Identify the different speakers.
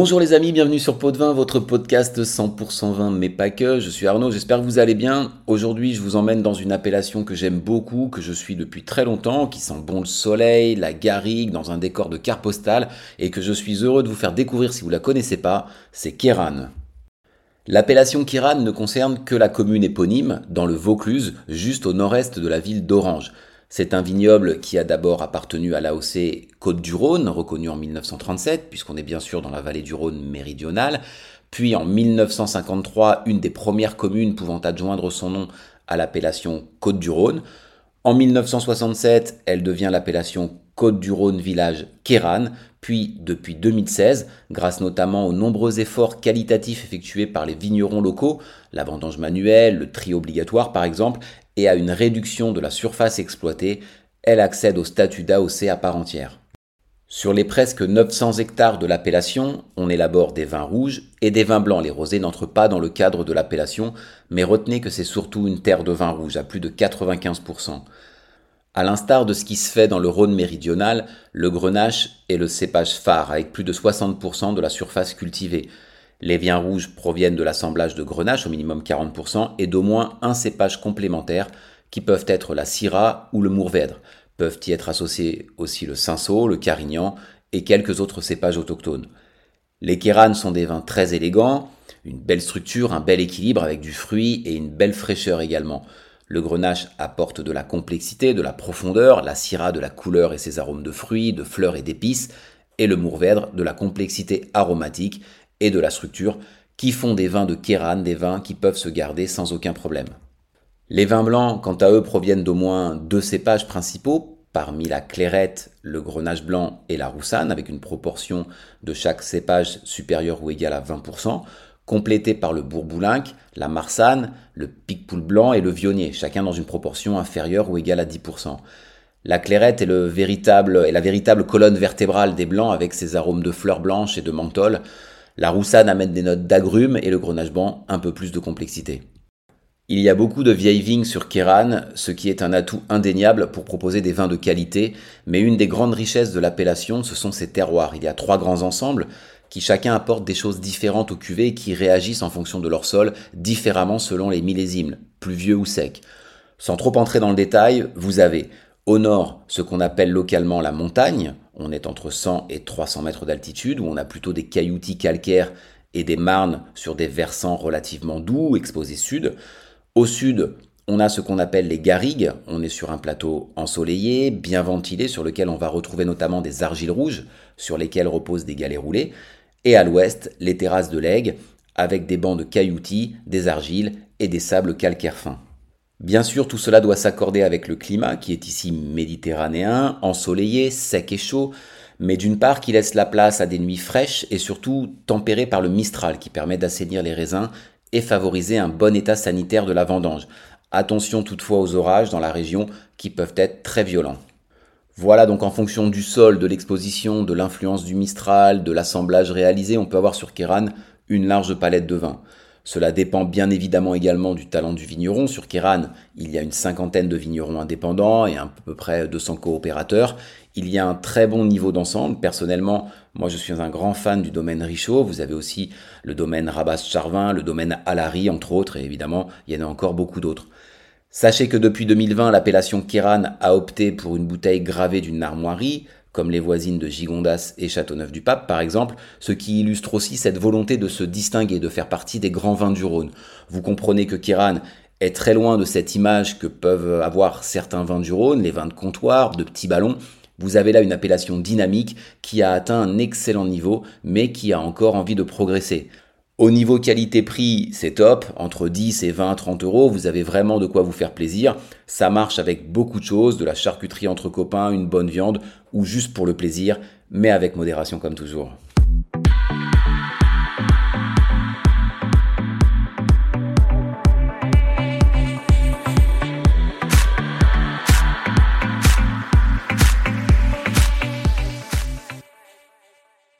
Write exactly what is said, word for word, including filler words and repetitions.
Speaker 1: Bonjour les amis, bienvenue sur Pot de Vin, votre podcast cent pour cent vin mais pas que. Je suis Arnaud, j'espère que vous allez bien. Aujourd'hui je vous emmène dans une appellation que j'aime beaucoup, que je suis depuis très longtemps, qui sent bon le soleil, la garrigue, dans un décor de carte postale, et que je suis heureux de vous faire découvrir si vous ne la connaissez pas, c'est Queyranne. L'appellation Queyranne ne concerne que la commune éponyme, dans le Vaucluse, juste au nord-est de la ville d'Orange. C'est un vignoble qui a d'abord appartenu à l'A O C Côtes-du-Rhône, reconnu en mille neuf cent trente-sept, puisqu'on est bien sûr dans la vallée du Rhône méridionale. Puis en mille neuf cent cinquante-trois, une des premières communes pouvant adjoindre son nom à l'appellation Côtes-du-Rhône. En mille neuf cent soixante-sept, elle devient l'appellation Côtes-du-Rhône village Queyranne. Puis depuis deux mille seize, grâce notamment aux nombreux efforts qualitatifs effectués par les vignerons locaux, la vendange manuelle, le tri obligatoire par exemple, et à une réduction de la surface exploitée, elle accède au statut d'A O C à part entière. Sur les presque neuf cents hectares de l'appellation, on élabore des vins rouges et des vins blancs. Les rosés n'entrent pas dans le cadre de l'appellation, mais retenez que c'est surtout une terre de vin rouge à plus de quatre-vingt-quinze pour cent. À l'instar de ce qui se fait dans le Rhône méridional, le Grenache est le cépage phare avec plus de soixante pour cent de la surface cultivée. Les vins rouges proviennent de l'assemblage de Grenache, au minimum quarante pour cent, et d'au moins un cépage complémentaire, qui peuvent être la Syrah ou le Mourvèdre. Peuvent y être associés aussi le Cinsault, le Carignan et quelques autres cépages autochtones. Les Queyrannes sont des vins très élégants, une belle structure, un bel équilibre avec du fruit et une belle fraîcheur également. Le Grenache apporte de la complexité, de la profondeur, la Syrah de la couleur et ses arômes de fruits, de fleurs et d'épices, et le Mourvèdre de la complexité aromatique et de la structure, qui font des vins de Queyranne des vins qui peuvent se garder sans aucun problème. Les vins blancs, quant à eux, proviennent d'au moins deux cépages principaux, parmi la Clairette, le Grenache blanc et la Roussanne, avec une proportion de chaque cépage supérieure ou égale à vingt pour cent, complétée par le Bourboulinque, la Marsanne, le Picpoul blanc et le Vionnier, chacun dans une proportion inférieure ou égale à dix pour cent. La Clairette est, le véritable, est la véritable colonne vertébrale des blancs avec ses arômes de fleurs blanches et de menthol. La Roussanne amène des notes d'agrumes et le Grenache blanc un peu plus de complexité. Il y a beaucoup de vieilles vignes sur Queyranne, ce qui est un atout indéniable pour proposer des vins de qualité, mais une des grandes richesses de l'appellation, ce sont ses terroirs. Il y a trois grands ensembles qui chacun apportent des choses différentes aux cuvées et qui réagissent en fonction de leur sol différemment selon les millésimes, pluvieux ou secs. Sans trop entrer dans le détail, vous avez au nord ce qu'on appelle localement la montagne. On est entre cent et trois cents mètres d'altitude, où on a plutôt des cailloutis calcaires et des marnes sur des versants relativement doux, exposés sud. Au sud, on a ce qu'on appelle les garrigues. On est sur un plateau ensoleillé, bien ventilé, sur lequel on va retrouver notamment des argiles rouges, sur lesquelles reposent des galets roulés. Et à l'ouest, les terrasses de l'Aigle, avec des bancs de cailloutis, des argiles et des sables calcaires fins. Bien sûr, tout cela doit s'accorder avec le climat qui est ici méditerranéen, ensoleillé, sec et chaud, mais d'une part qui laisse la place à des nuits fraîches et surtout tempérées par le mistral qui permet d'assainir les raisins et favoriser un bon état sanitaire de la vendange. Attention toutefois aux orages dans la région qui peuvent être très violents. Voilà donc en fonction du sol, de l'exposition, de l'influence du mistral, de l'assemblage réalisé, on peut avoir sur Queyranne une large palette de vins. Cela dépend bien évidemment également du talent du vigneron. Sur Queyranne, il y a une cinquantaine de vignerons indépendants et à peu près deux cents coopérateurs. Il y a un très bon niveau d'ensemble. Personnellement, moi je suis un grand fan du domaine Richaud. Vous avez aussi le domaine Rabas-Charvin, le domaine Alary entre autres, et évidemment, il y en a encore beaucoup d'autres. Sachez que depuis deux mille vingt, l'appellation Queyranne a opté pour une bouteille gravée d'une armoirie, comme les voisines de Gigondas et Châteauneuf-du-Pape par exemple, ce qui illustre aussi cette volonté de se distinguer, de faire partie des grands vins du Rhône. Vous comprenez que Queyranne est très loin de cette image que peuvent avoir certains vins du Rhône, les vins de comptoir, de petits ballons. Vous avez là une appellation dynamique qui a atteint un excellent niveau, mais qui a encore envie de progresser. Au niveau qualité-prix, c'est top, entre dix et vingt, trente euros, vous avez vraiment de quoi vous faire plaisir. Ça marche avec beaucoup de choses, de la charcuterie entre copains, une bonne viande, ou juste pour le plaisir, mais avec modération comme toujours.